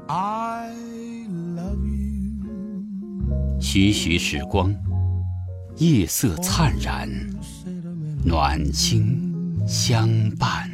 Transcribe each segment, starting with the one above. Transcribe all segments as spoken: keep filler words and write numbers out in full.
徐徐时光，夜色灿然，暖心相伴。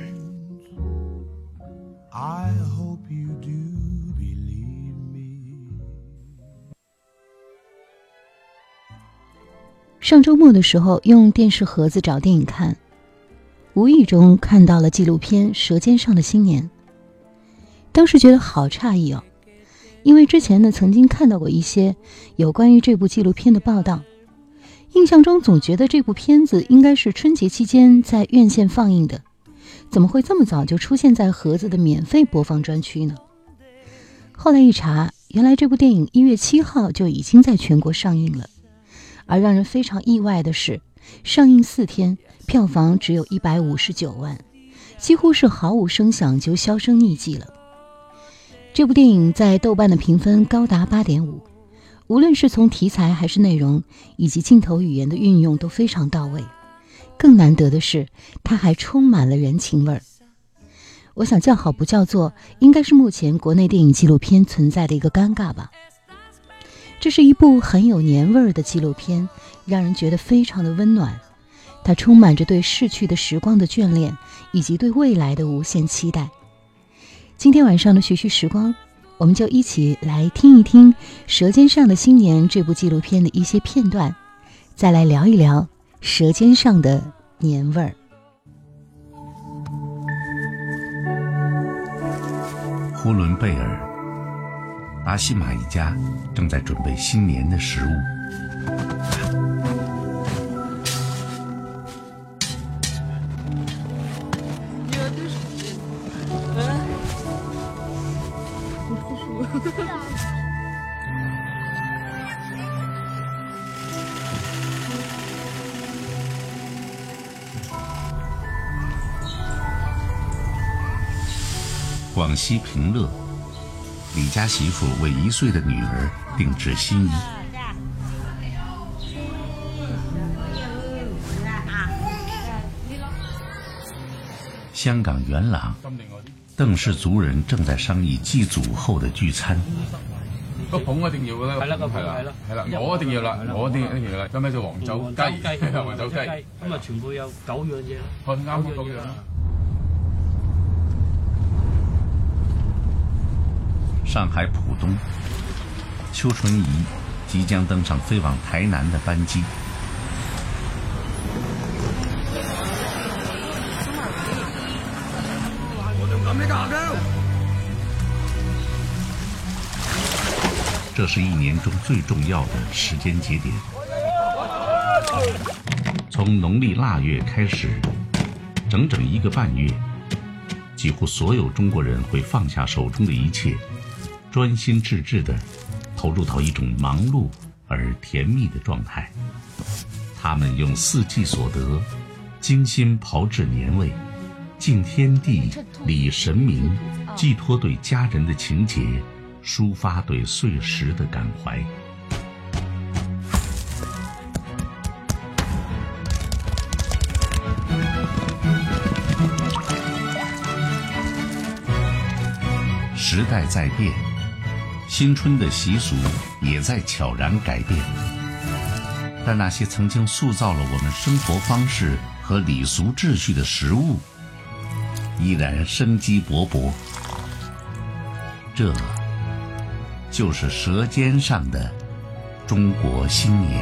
上周末的时候，用电视盒子找电影看，无意中看到了纪录片《舌尖上的新年》。当时觉得好诧异哦，因为之前呢曾经看到过一些有关于这部纪录片的报道，印象中总觉得这部片子应该是春节期间在院线放映的，怎么会这么早就出现在盒子的免费播放专区呢？后来一查，原来这部电影一月七号就已经在全国上映了。而让人非常意外的是，上映四天，票房只有一百五十九万，几乎是毫无声响就销声匿迹了。这部电影在豆瓣的评分高达 八点五， 无论是从题材还是内容，以及镜头语言的运用都非常到位。更难得的是，它还充满了人情味儿。我想叫好不叫座，应该是目前国内电影纪录片存在的一个尴尬吧。这是一部很有年味儿的纪录片，让人觉得非常的温暖。它充满着对逝去的时光的眷恋，以及对未来的无限期待。今天晚上的徐徐时光，我们就一起来听一听《舌尖上的新年》这部纪录片的一些片段，再来聊一聊舌尖上的年味儿。 呼伦贝尔，达西玛一家正在准备新年的食物。广西平乐，李家媳妇为一岁的女儿定制新衣。香港元朗，邓氏族人正在商议祭祖後的聚餐。 個捧一定要㗎啦，係啦，個捧係啦，係啦，我一定要啦，我一定一定要啦。咁咩就黃酒雞，黃酒雞，咁啊全部有九樣嘢啦，好啱九樣啦。 上海浦東，邱純怡即將登上飛往台南的班機。这是一年中最重要的时间节点，从农历腊月开始，整整一个半月，几乎所有中国人会放下手中的一切，专心致志地投入到一种忙碌而甜蜜的状态。他们用四季所得，精心炮制年味，敬天地，礼神明，寄托对家人的情结，抒发对岁时的感怀。时代在变，新春的习俗也在悄然改变，但那些曾经塑造了我们生活方式和礼俗秩序的食物依然生机勃勃。这就是舌尖上的中国新年。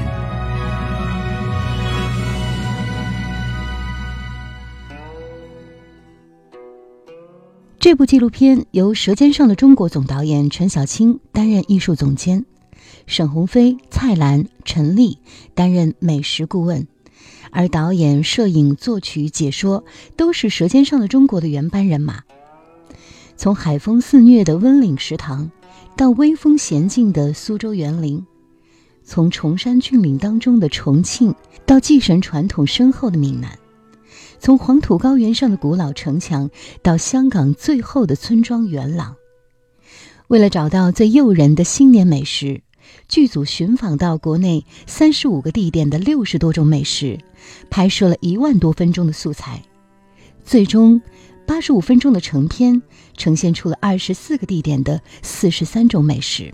这部纪录片由《舌尖上的中国》总导演陈小青担任艺术总监，沈鸿飞、蔡澜、陈丽担任美食顾问，而导演、摄影、作曲、解说都是《舌尖上的中国》的原班人马。从海风肆虐的温岭食堂，到微风娴静的苏州园林，从崇山峻岭当中的重庆，到祭神传统深厚的闽南，从黄土高原上的古老城墙，到香港最后的村庄元朗。为了找到最诱人的新年美食，剧组寻访到国内三十五个地点的六十多种美食，拍摄了一万多分钟的素材，最终八十五分钟的成片呈现出了二十四个地点的四十三种美食。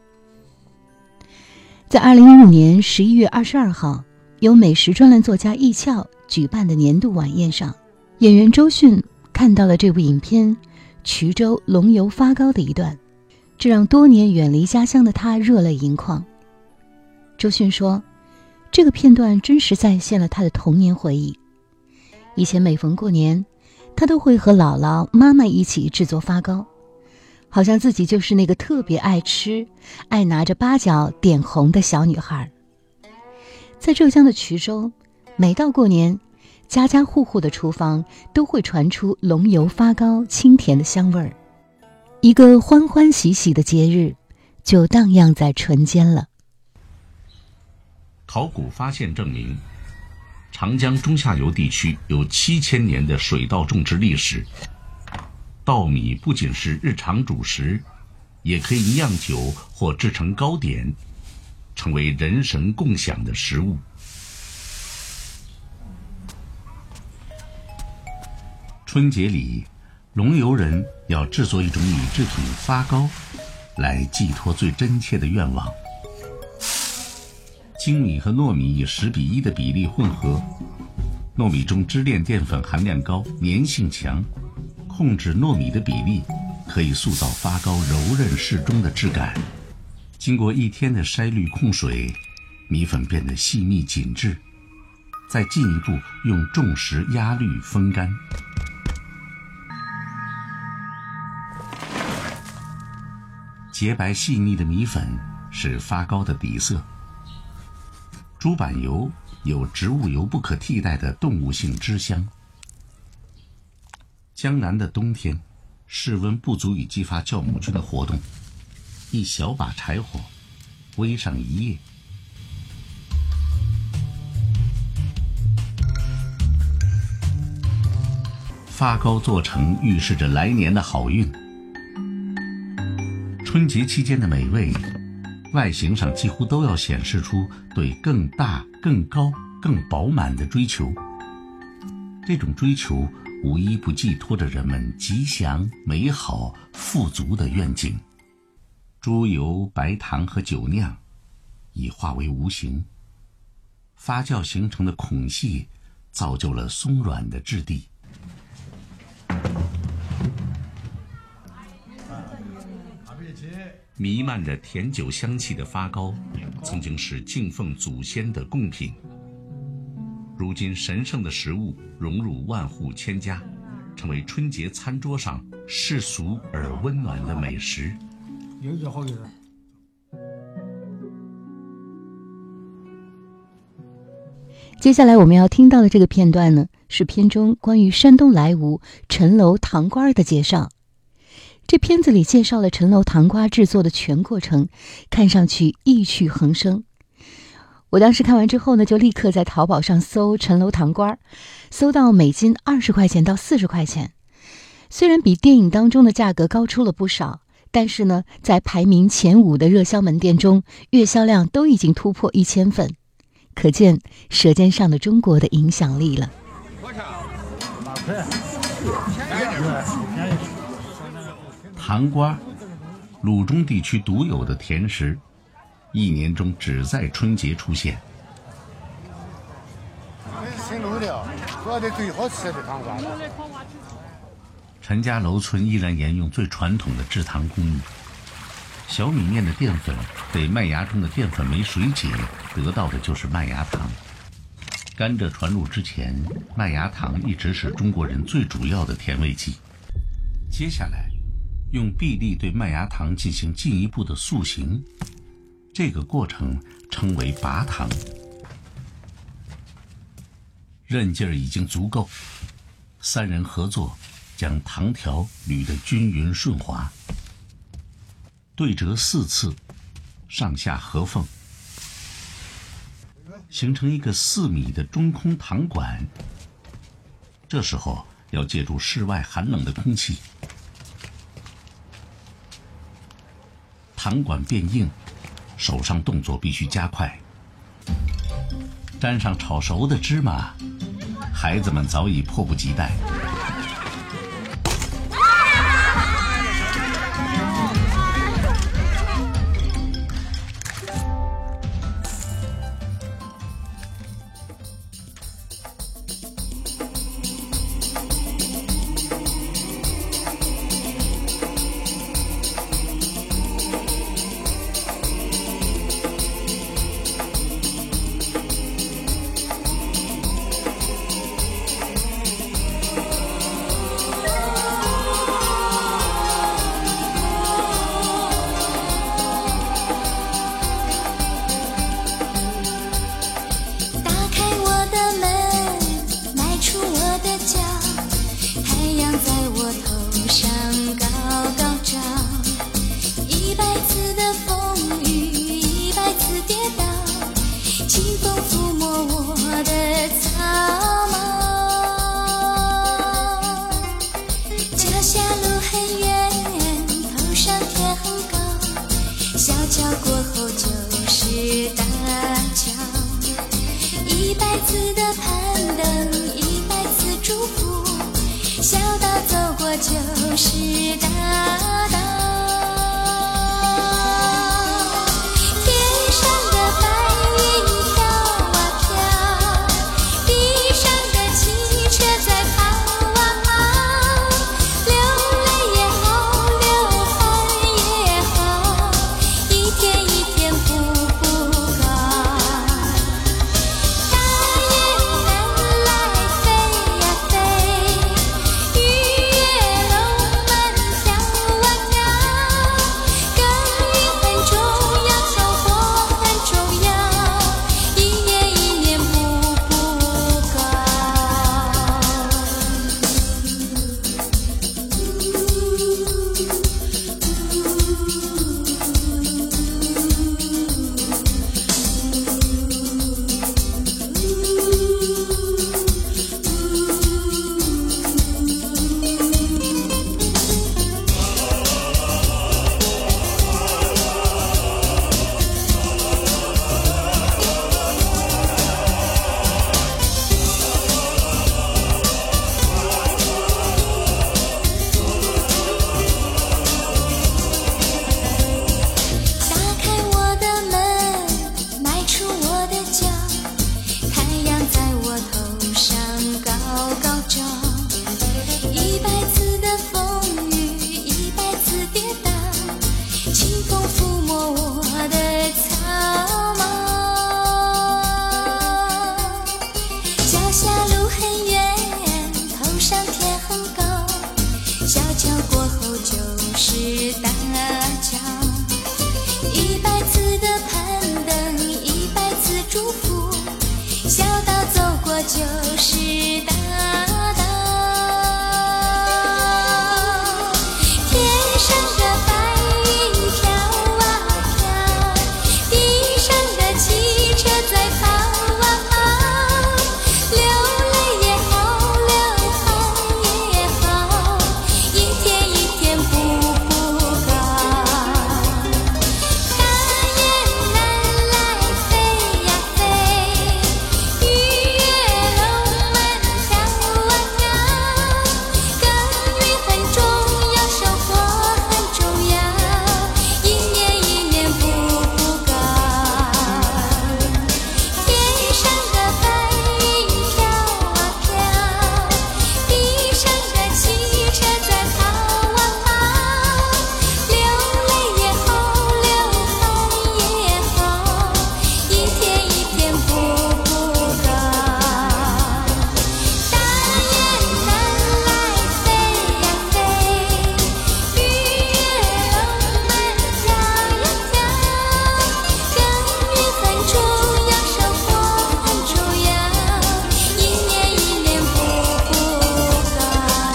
在二零一五年十一月二十二号，由美食专栏作家易俏举办的年度晚宴上，演员周迅看到了这部影片衢州龙游发糕的一段，这让多年远离家乡的他热泪盈眶。周迅说，这个片段真实再现了他的童年回忆。以前每逢过年，他都会和姥姥妈妈一起制作发糕，好像自己就是那个特别爱吃爱拿着八角点红的小女孩。在浙江的衢州，每到过年，家家户户的厨房都会传出龙油发糕清甜的香味儿，一个欢欢喜喜的节日就荡漾在唇间了。 考古发现证明，长江中下游地区有七千年的水稻种植历史。稻米不仅是日常主食，也可以酿酒或制成糕点，成为人神共享的食物。春节里，龙游人要制作一种米制品发糕，来寄托最真切的愿望。精米和糯米以十比一的比例混合，糯米中支链淀粉含量高，粘性强，控制糯米的比例，可以塑造发糕柔韧适中的质感。经过一天的筛滤控水，米粉变得细密紧致，再进一步用重石压滤风干。洁白细腻的米粉是发糕的底色。猪板油有植物油不可替代的动物性脂香。江南的冬天，室温不足以激发酵母菌的活动，一小把柴火，煨上一夜。发糕做成，预示着来年的好运。春节期间的美味，外形上几乎都要显示出对更大、更高、更饱满的追求。这种追求无一不寄托着人们吉祥、美好、富足的愿景。猪油、白糖和酒酿已化为无形，发酵形成的孔隙造就了松软的质地。弥漫着甜酒香气的发糕，曾经是敬奉祖先的贡品。如今神圣的食物融入万户千家，成为春节餐桌上世俗而温暖的美食。 有就好有。 接下来我们要听到的这个片段呢，是片中关于山东莱芜陈楼糖瓜的介绍。这片子里介绍了陈楼糖瓜制作的全过程，看上去意趣横生。我当时看完之后呢，就立刻在淘宝上搜陈楼糖瓜，搜到每斤二十块钱到四十块钱。虽然比电影当中的价格高出了不少，但是呢，在排名前五的热销门店中，月销量都已经突破一千份，可见《舌尖上的中国》的影响力了。 糖瓜，鲁中地区独有的甜食，一年中只在春节出现。 新弄的，主要的最好吃的糖瓜。 陈家楼村依然沿用最传统的制糖工艺，小米面的淀粉被麦芽中的淀粉酶水解，得到的就是麦芽糖。甘蔗传入之前，麦芽糖一直是中国人最主要的甜味剂。接下来用臂力对麦芽糖进行进一步的塑形，这个过程称为拔糖。韧劲儿已经足够，三人合作将糖条捋得均匀顺滑，对折四次，上下合缝，形成一个四米的中空糖管。这时候要借助室外寒冷的空气，糖管变硬，手上动作必须加快。沾上炒熟的芝麻，孩子们早已迫不及待。 次的攀登，一百次祝福，小岛走过就是大岛。天上的白云飘啊飘，地上的汽车在跑啊跑，流泪也好，流汗也好，一天一天步步高。大雁南来飞呀飞，鱼跃龙门跳啊跳，耕耘很重要，收获很重要，一年一年步步高。打开我的门，迈出我的脚，太阳在我头上高高照。一百次的风雨，一百次跌倒，清风抚摸我的草帽。脚下路很远，头上天很高，小桥过后就是大桥。一百次的攀登，一百次祝福，小岛走过就是大岛。天上的白云飘啊飘，地上的汽车在跑啊跑，流泪也好，流汗也好，一天一天步步高。大雁南来飞呀飞，鱼跃龙门跳啊跳，耕耘很重要，收获很重要，一年一年步步高。天上的白云飘啊飘，地上的汽车在跑啊跑，流泪也好，流汗也好，一天一天步步高。大雁南来飞呀飞，鱼跃龙门跳呀跳，耕耘很重要，收获很重要，一年一年步步高。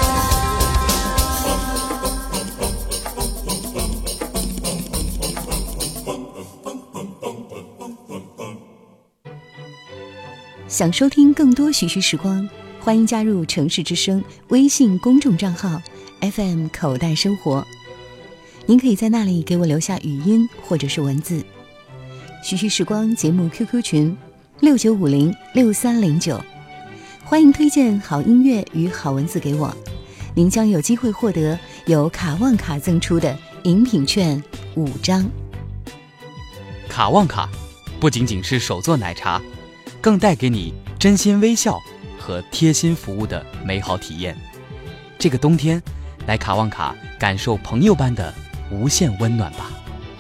想收听更多徐徐时光，欢迎加入城市之声微信公众账号 F M 口袋生活。您可以在那里给我留下语音或者是文字。徐徐时光节目 Q Q 群六九五零六三零九，欢迎推荐好音乐与好文字给我，您将有机会获得由卡旺卡赠出的饮品券五张。 卡旺卡不仅仅是手做奶茶，更带给你真心微笑和贴心服务的美好体验。这个冬天，来卡旺卡感受朋友般的无限温暖吧。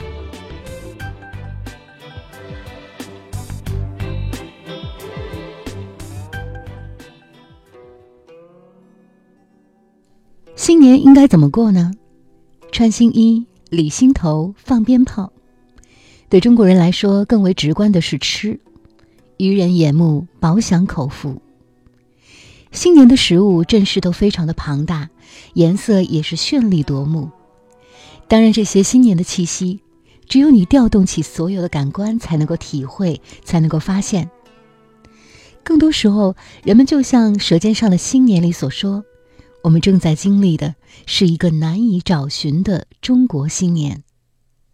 新年应该怎么过呢？穿新衣，理心头，放鞭炮。对中国人来说，更为直观的是吃，渔人眼目，饱享口福。新年的食物阵势都非常的庞大，颜色也是绚丽夺目。当然，这些新年的气息，只有你调动起所有的感官才能够体会，才能够发现。更多时候，人们就像《舌尖上的新年》里所说，我们正在经历的是一个难以找寻的中国新年。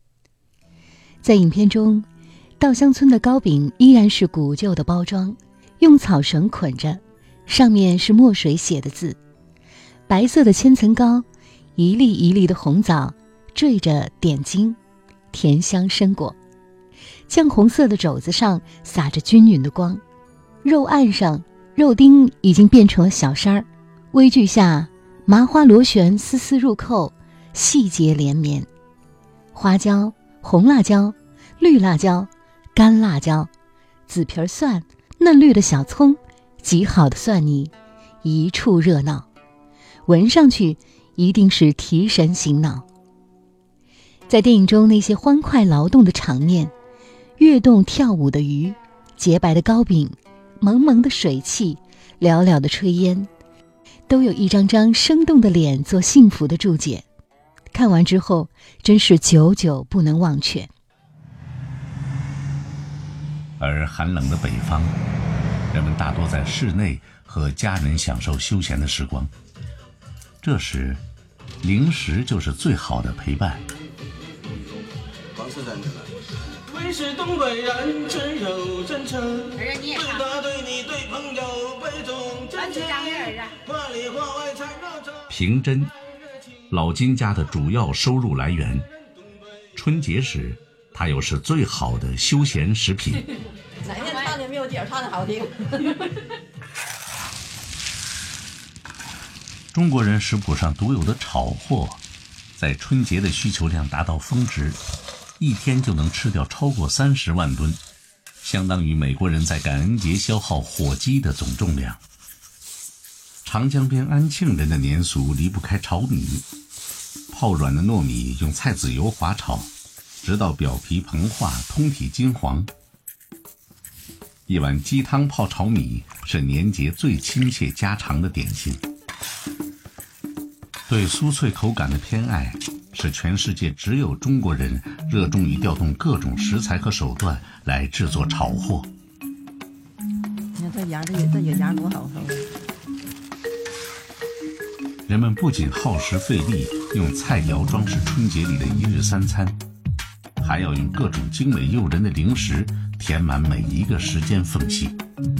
在影片中，稻香村的糕饼依然是古旧的包装， 用草绳捆着，上面是墨水写的字，白色的千层糕，一粒一粒的红枣缀着点睛，甜香深果。酱红色的肘子上洒着均匀的光，肉案上肉丁已经变成了小山儿，微距下麻花螺旋丝丝入扣，细节连绵。花椒、红辣椒、绿辣椒、干辣椒、紫皮蒜、嫩绿的小葱，极好的蒜泥，一处热闹，闻上去一定是提神醒脑。在电影中那些欢快劳动的场面，跃动跳舞的鱼，洁白的糕饼，蒙蒙的水汽，袅袅的炊烟，都有一张张生动的脸做幸福的注解。看完之后真是久久不能忘却。 而寒冷的北方，人们大多在室内和家人享受休闲的时光，这时零食就是最好的陪伴。 王四站着呢。为是东北人，真有真诚。儿子你也唱。对他对你对朋友杯中真情。话里话外才热诚。 平真，老金家的主要收入来源。春节时，它又是最好的休闲食品。 哪天唱的没有姐唱的好听？ 中国人食谱上独有的炒货，在春节的需求量达到峰值，一天就能吃掉超过三十万吨，相当于美国人在感恩节消耗火鸡的总重量。长江边安庆人的年俗离不开炒米，泡软的糯米用菜籽油滑炒，直到表皮膨化，通体金黄。一碗鸡汤泡炒米是年节最亲切家常的点心。对酥脆口感的偏爱，是全世界只有中国人热衷于调动各种食材和手段来制作炒货。 你看这羊，这这野羊多好喝！ 人们不仅耗时费力用菜肴装饰春节里的一日三餐，还要用各种精美诱人的零食填满每一个时间缝隙。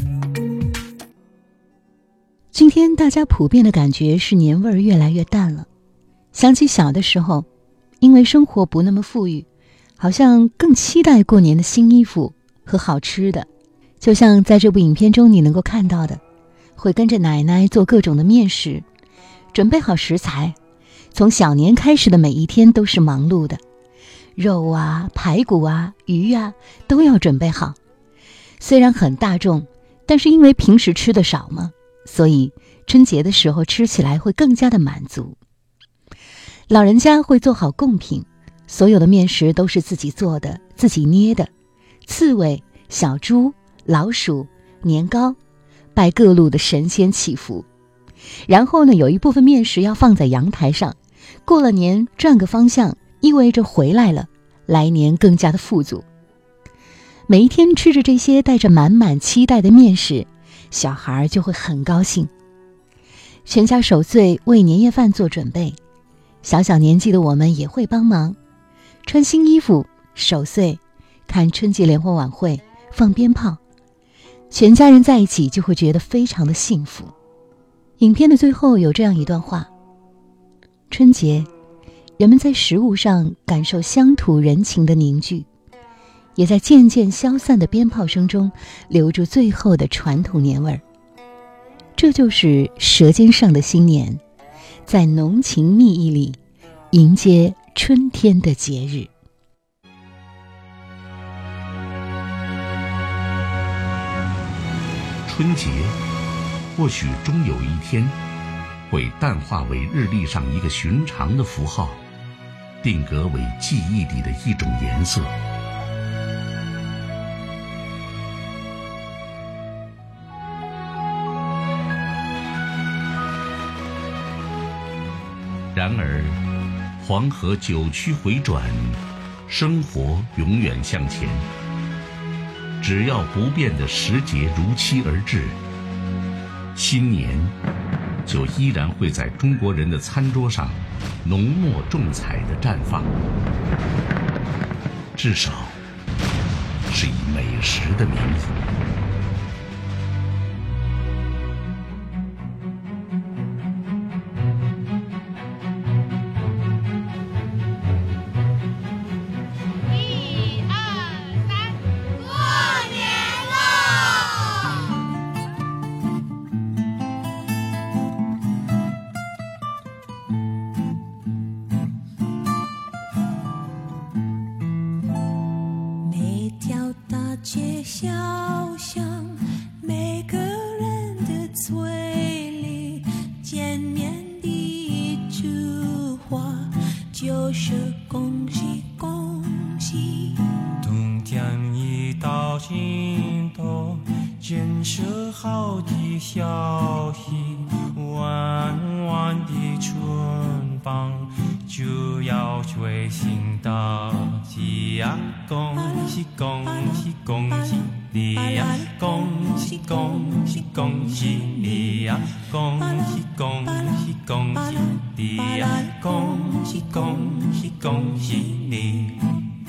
今天大家普遍的感觉是年味儿越来越淡了。想起小的时候，因为生活不那么富裕，好像更期待过年的新衣服和好吃的。就像在这部影片中你能够看到的，会跟着奶奶做各种的面食，准备好食材，从小年开始的每一天都是忙碌的，肉啊、排骨啊、鱼啊都要准备好。虽然很大众，但是因为平时吃的少嘛，所以春节的时候吃起来会更加的满足。老人家会做好贡品，所有的面食都是自己做的，自己捏的，刺猬、小猪、老鼠、年糕，拜各路的神仙祈福。然后呢，有一部分面食要放在阳台上，过了年转个方向，意味着回来了，来年更加的富足。每一天吃着这些带着满满期待的面食，小孩就会很高兴。全家守岁为年夜饭做准备，小小年纪的我们也会帮忙，穿新衣服，守岁，看春节联欢晚会，放鞭炮，全家人在一起就会觉得非常的幸福。影片的最后有这样一段话：春节，人们在食物上感受乡土人情的凝聚，也在渐渐消散的鞭炮声中留住最后的传统年味儿。这就是舌尖上的新年，在浓情蜜意里迎接春天的节日。 春节或许终有一天会淡化为日历上一个寻常的符号，定格为记忆里的一种颜色。然而，黄河九曲回转，生活永远向前。只要不变的时节如期而至，新年就依然会在中国人的餐桌上浓墨重彩地绽放，至少是以美食的名义。 街小巷，每个人的嘴里见面第一句话就是恭喜恭喜。 冬天已到尽头，建设好的消息，弯弯的春风就要吹醒大地呀！恭喜恭喜恭喜你呀！恭喜恭喜恭喜你呀！恭喜恭喜恭喜你呀！恭喜恭喜恭喜你。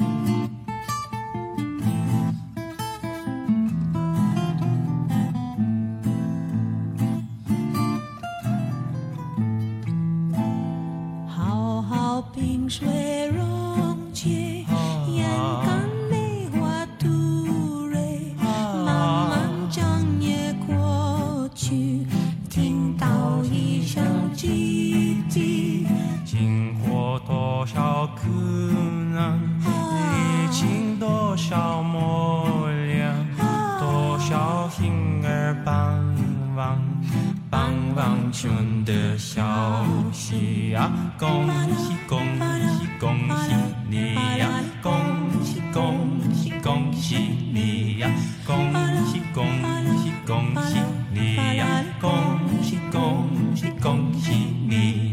冰水溶解，眼看梅花吐蕊，漫漫长夜过去，听到一声唧唧， 经过多少苦难，历经多少磨练，多少心儿盼望。棒棒春的消息呀！恭喜恭喜恭喜你呀！恭喜恭喜恭喜你呀！恭喜恭喜恭喜你呀！恭喜恭喜恭喜你。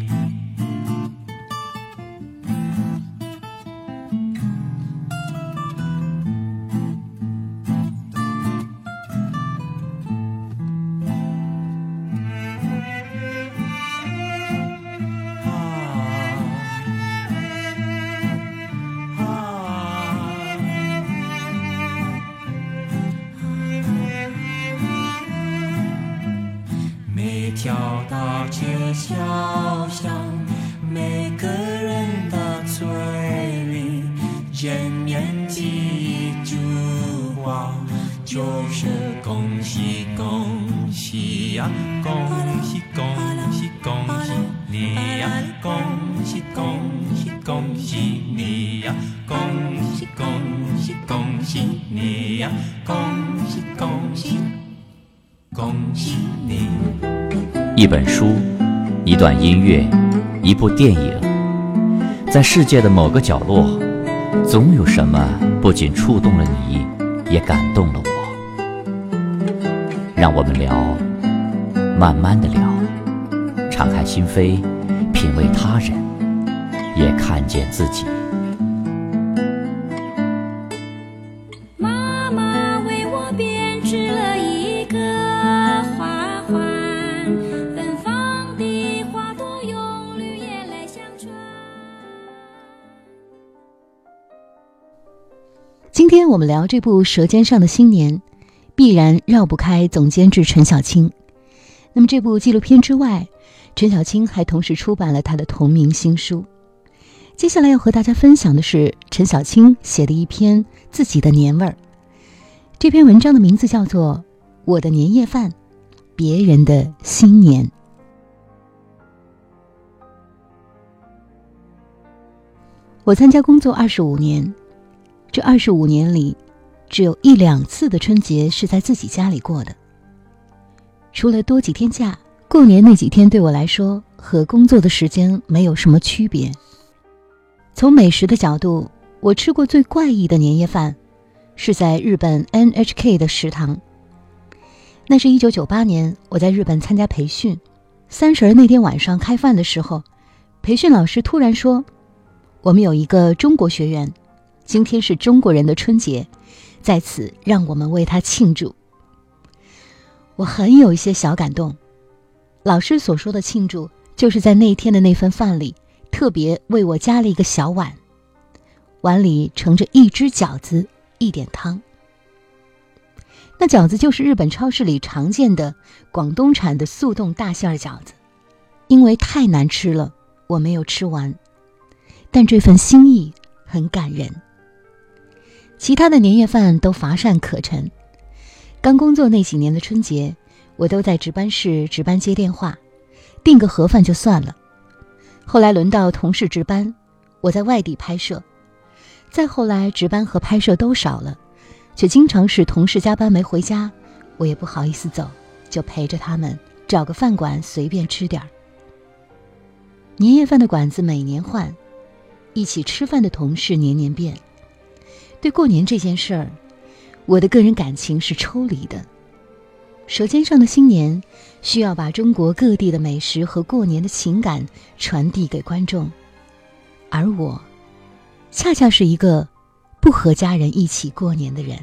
条大街小巷，每个人的嘴里见面第一句话就是恭喜恭喜呀！恭喜恭喜恭喜你呀！恭喜恭喜恭喜你呀！恭喜恭喜恭喜你呀！恭喜恭喜恭喜你。 一本书，一段音乐，一部电影，在世界的某个角落，总有什么不仅触动了你，也感动了我。让我们聊，慢慢的聊，敞开心扉，品味他人，也看见自己。 妈妈为我编织了一个花环，芬芳的花朵用绿叶来相传。 今天我们聊这部《舌尖上的新年》，必然绕不开总监制陈小青。那么这部纪录片之外，陈小青还同时出版了他的同名新书。接下来要和大家分享的是陈小青写的一篇自己的年味儿。这篇文章的名字叫做《我的年夜饭，别人的新年》。我参加工作二十五年，这二十五年里，只有一两次的春节是在自己家里过的。除了多几天假，过年那几天对我来说和工作的时间没有什么区别。从美食的角度，我吃过最怪异的年夜饭是在日本 N H K 的食堂。那是一九九八年，我在日本参加培训，三十那天晚上开饭的时候，培训老师突然说，我们有一个中国学员，今天是中国人的春节，在此让我们为他庆祝。我很有一些小感动。老师所说的庆祝，就是在那天的那份饭里特别为我加了一个小碗，碗里盛着一只饺子，一点汤。那饺子就是日本超市里常见的广东产的速冻大馅饺子，因为太难吃了，我没有吃完，但这份心意很感人。其他的年夜饭都乏善可陈。刚工作那几年的春节，我都在值班室值班接电话，订个盒饭就算了。后来轮到同事值班，我在外地拍摄，再后来值班和拍摄都少了， 却经常是同事加班没回家，我也不好意思走，就陪着他们找个饭馆随便吃点儿。年夜饭的馆子每年换，一起吃饭的同事年年变。对过年这件事儿，我的个人感情是抽离的。舌尖上的新年需要把中国各地的美食和过年的情感传递给观众，而我恰恰是一个不和家人一起过年的人。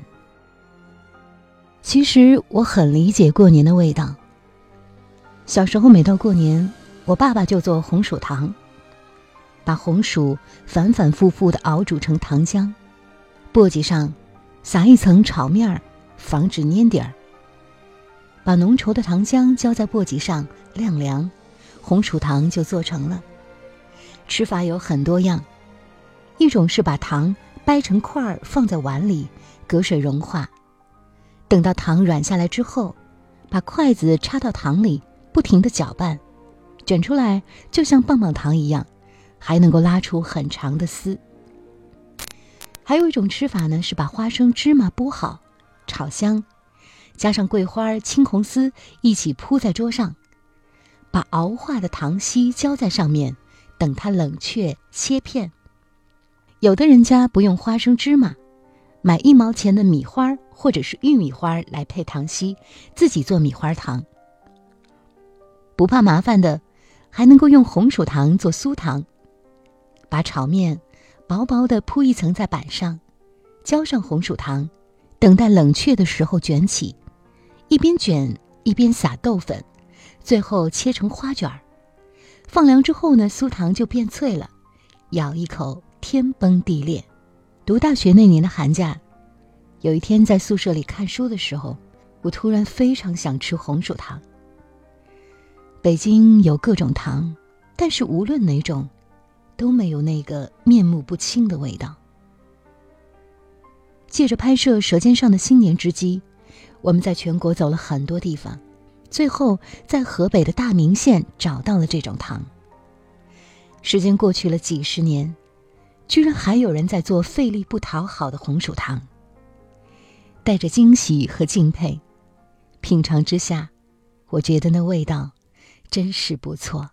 其实我很理解过年的味道。小时候每到过年，我爸爸就做红薯糖，把红薯反反复复地熬煮成糖浆，簸箕上撒一层炒面儿，防止粘底儿。把浓稠的糖浆浇在簸箕上晾凉，红薯糖就做成了。吃法有很多样，一种是把糖掰成块儿放在碗里，隔水融化，等到糖软下来之后，把筷子插到糖里，不停地搅拌，卷出来就像棒棒糖一样，还能够拉出很长的丝。还有一种吃法呢，是把花生芝麻剥好，炒香，加上桂花、青红丝一起铺在桌上，把熬化的糖稀浇在上面，等它冷却切片。有的人家不用花生芝麻，买一毛钱的米花或者是玉米花来配糖稀，自己做米花糖。不怕麻烦的，还能够用红薯糖做酥糖，把炒面薄薄的铺一层在板上，浇上红薯糖，等待冷却的时候卷起，一边卷一边撒豆粉，最后切成花卷儿。放凉之后呢，酥糖就变脆了，咬一口天崩地裂。读大学那年的寒假，有一天在宿舍里看书的时候，我突然非常想吃红薯糖。北京有各种糖，但是无论哪种都没有那个面目不清的味道。借着拍摄《舌尖上的新年》之机，我们在全国走了很多地方，最后在河北的大名县找到了这种糖。时间过去了几十年，居然还有人在做费力不讨好的红薯糖。带着惊喜和敬佩，品尝之下，我觉得那味道真是不错。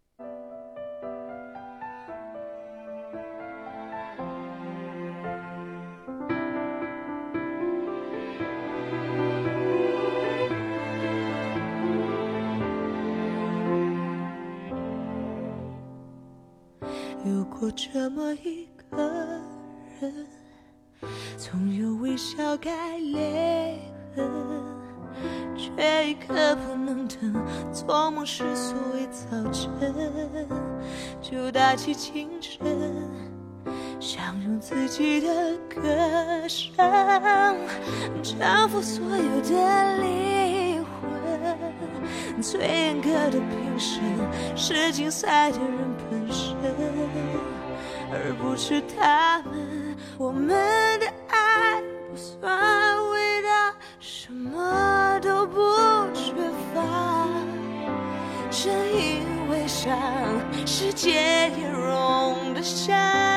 有过这么一个人，总有微笑盖裂痕，却一刻不能等，做梦时所谓早晨，就打起精神，想用自己的歌声征服所有的灵魂。最严格的评审是竞赛的人本身，而不是他们。我们的爱不算伟大，什么都不缺乏，正因为伤，世界也容得下。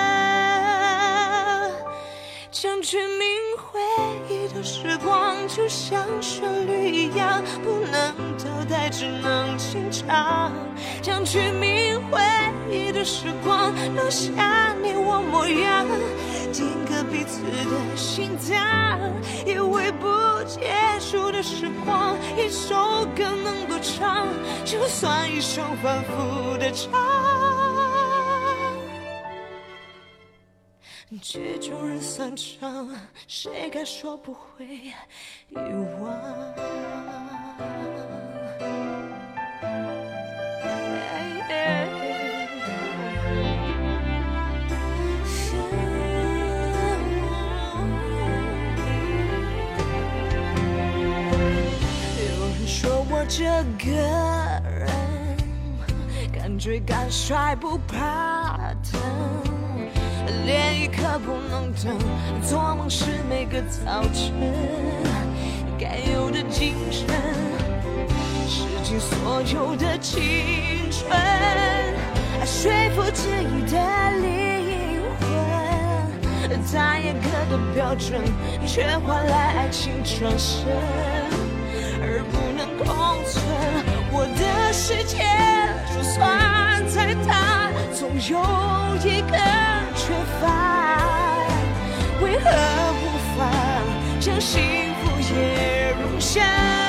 将去铭回忆的时光，就像旋律一样，不能倒带，只能清唱。将去铭回忆的时光，留下你我模样，定格彼此的心脏。以为不结束的时光，一首歌能多长，就算一生反复的唱。曲终人散场，谁该说不会遗忘？有人说我这个人敢追敢甩，不怕疼，连一刻不能等，做梦是每个早晨，该有的精神，使尽所有的青春，说服自己的灵魂， 太严格的标准，却换来爱情转身，而不能共存。我的世界就算再大，总有一个缺乏，为何不放将幸福也容下？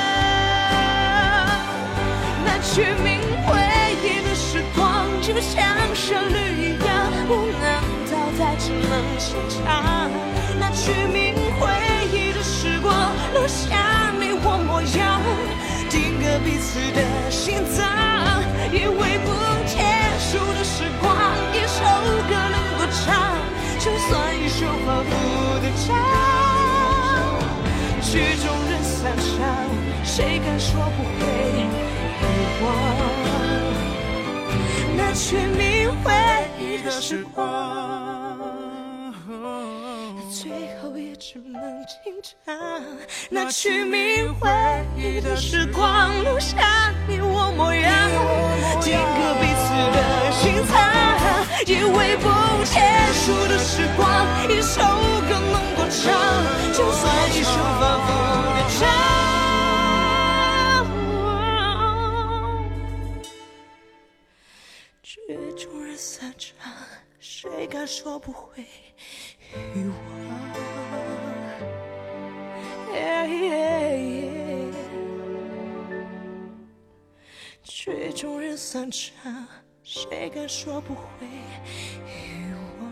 那去明回忆的时光，就像旋律一样，不能倒带，只能轻唱。那去明回忆的时光，留下你我模样，定格彼此的心脏。以为不结束的时光，一首歌能够唱，就算一首反复的唱。曲终人散场，谁敢说不会遗忘？那去明回忆的时光，最后也只能轻唱。那去明回忆的时光，留下你我模样，定格彼此的心脏。以为不结束的时光，一首歌能够唱，就算一首反复的唱。曲终人散场，谁敢说不会遗忘？ Yeah, yeah, yeah. 曲终人散场，谁敢说不会遗忘？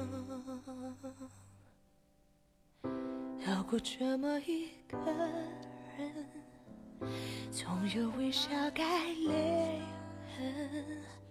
绕过这么一个人，总有微笑盖泪痕。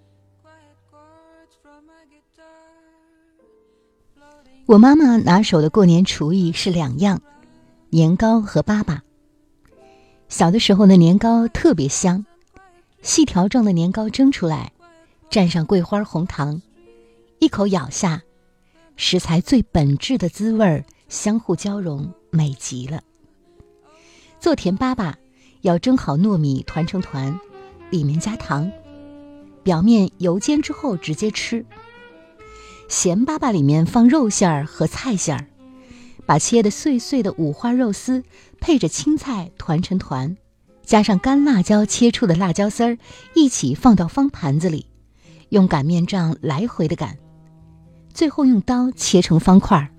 我妈妈拿手的过年厨艺是两样，年糕和粑粑。小的时候的年糕特别香，细条状的年糕蒸出来，蘸上桂花红糖，一口咬下，食材最本质的滋味相互交融，美极了。做甜粑粑要蒸好糯米团成团，里面加糖，表面油煎之后直接吃。咸粑粑里面放肉馅儿和菜馅儿，把切的碎碎的五花肉丝配着青菜团成团，加上干辣椒切出的辣椒丝儿一起放到方盘子里，用擀面杖来回的擀，最后用刀切成方块。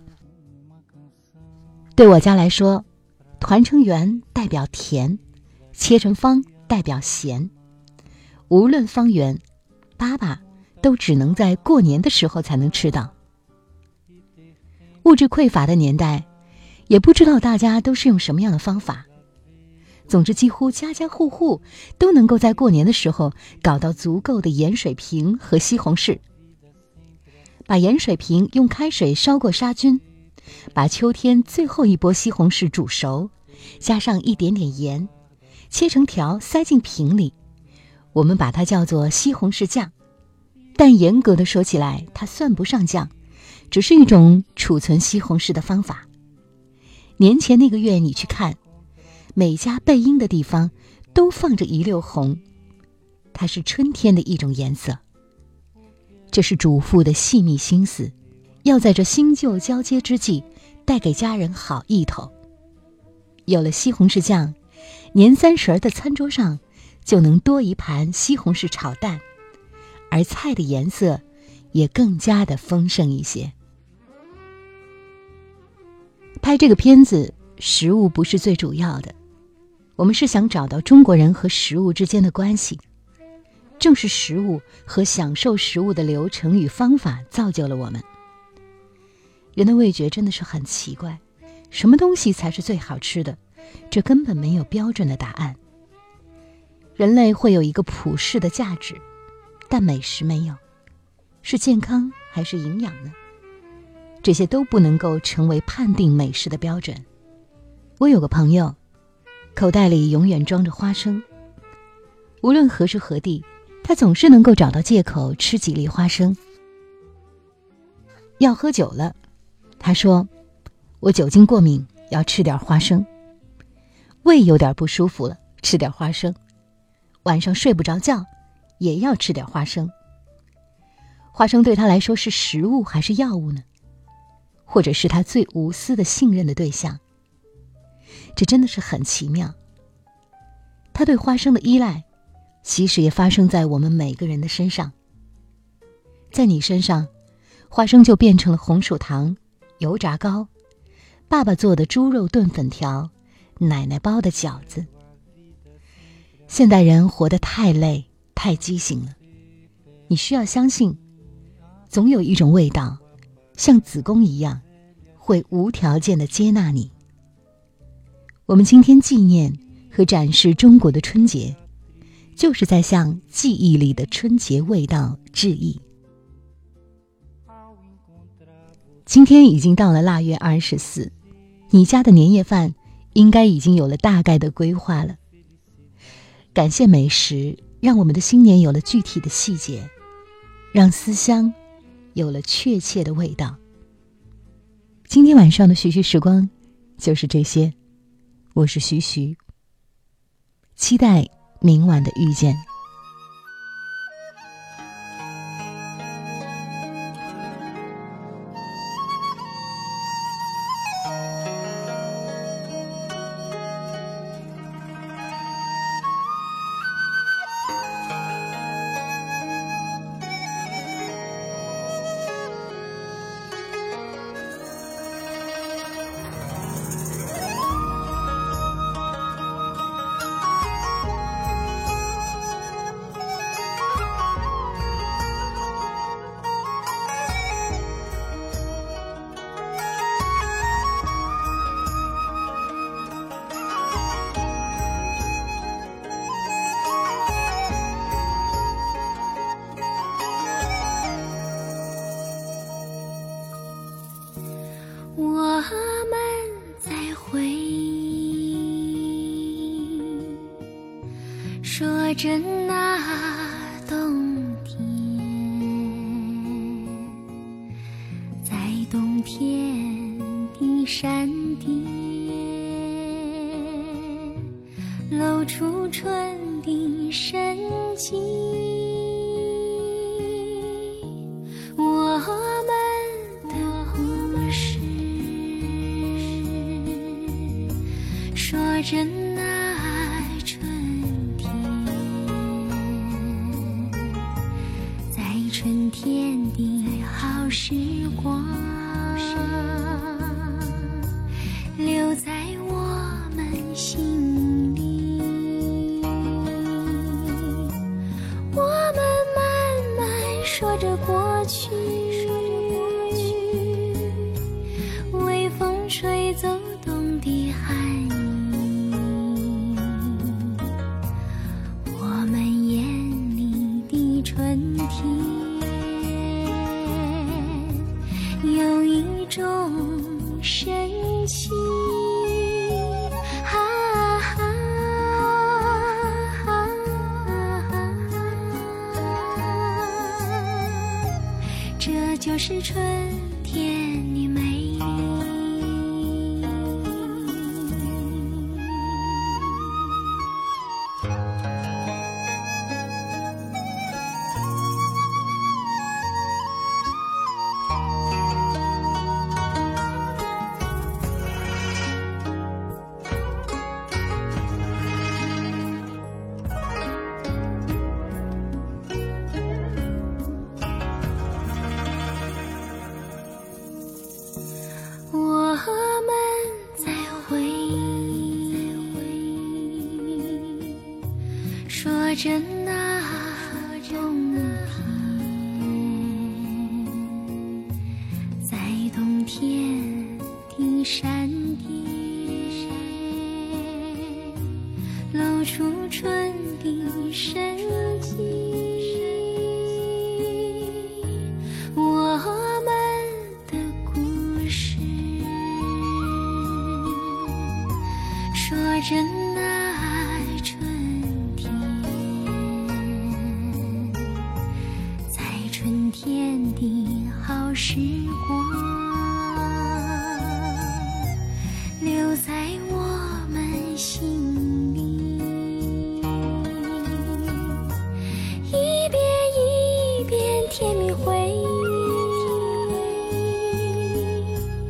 对我家来说，团成圆代表甜，切成方代表咸。无论方圆，粑粑都只能在过年的时候才能吃到。物质匮乏的年代，也不知道大家都是用什么样的方法。总之，几乎家家户户都能够在过年的时候搞到足够的盐水瓶和西红柿。把盐水瓶用开水烧过杀菌，把秋天最后一波西红柿煮熟，加上一点点盐，切成条塞进瓶里。我们把它叫做西红柿酱，但严格的说起来，它算不上酱，只是一种储存西红柿的方法。年前那个月你去看，每家背阴的地方都放着一溜红，它是春天的一种颜色。这是主妇的细密心思，要在这新旧交接之际带给家人好意头。有了西红柿酱，年三十儿的餐桌上就能多一盘西红柿炒蛋，而菜的颜色也更加的丰盛一些。拍这个片子，食物不是最主要的，我们是想找到中国人和食物之间的关系。正是食物和享受食物的流程与方法造就了我们。人的味觉真的是很奇怪，什么东西才是最好吃的？这根本没有标准的答案。人类会有一个普世的价值，但美食没有，是健康还是营养呢？这些都不能够成为判定美食的标准。我有个朋友，口袋里永远装着花生，无论何时何地，他总是能够找到借口吃几粒花生。要喝酒了，他说我酒精过敏，要吃点花生。胃有点不舒服了，吃点花生。晚上睡不着觉，也要吃点花生。花生对他来说是食物还是药物呢？ 或者是他最无私的信任的对象。这真的是很奇妙。他对花生的依赖，其实也发生在我们每个人的身上。在你身上，花生就变成了红薯糖、油炸糕、爸爸做的猪肉炖粉条、奶奶包的饺子。现代人活得太累、太畸形了，你需要相信，总有一种味道，像子宫一样，会无条件地接纳你。我们今天纪念和展示中国的春节，就是在向记忆里的春节味道致意。今天已经到了腊月二十四，你家的年夜饭应该已经有了大概的规划了。感谢美食，让我们的新年有了具体的细节，让思乡有了确切的味道。今天晚上的徐徐时光就是这些，我是徐徐，期待明晚的遇见。 说着那冬天，在冬天的山巅，露出春的生机。我们的故事，说着那春天的好时光，留在我们心里。我们慢慢说着过去，微风吹走冬的寒意。我们眼里的春天，有一种神奇，哈哈哈哈，这就是春天的美丽。说着那冬天，在冬天的山巅，露出春的生机。我们的故事，说着那春天的好时光，留在我们心里。一遍一遍甜蜜回忆，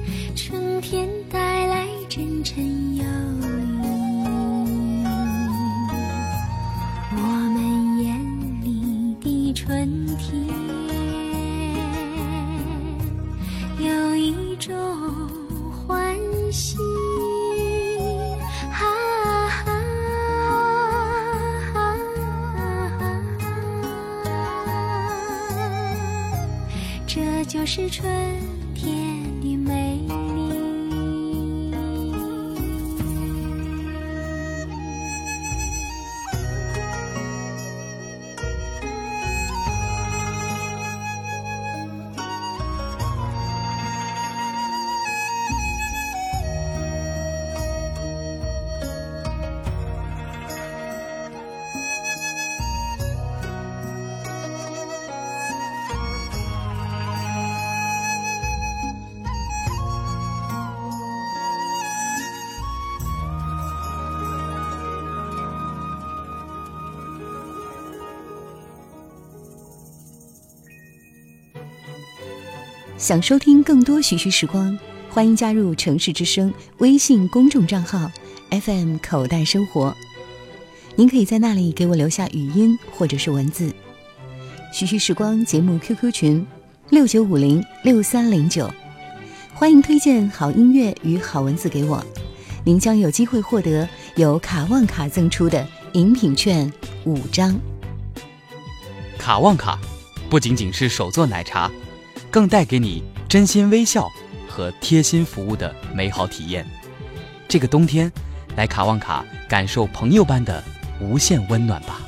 是春天的美丽。 想收听更多徐徐时光，欢迎加入城市之声微信公众账号 F M 口袋生活。您可以在那里给我留下语音或者是文字。徐徐时光节目 Q Q 群六九五零六三零九，欢迎推荐好音乐与好文字给我，您将有机会获得由卡旺卡赠出的饮品券五张。 卡旺卡不仅仅是手做奶茶，更带给你真心微笑和贴心服务的美好体验。这个冬天，来卡旺卡感受朋友般的无限温暖吧。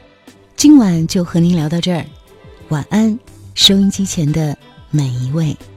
今晚就和您聊到这儿，晚安，收音机前的每一位。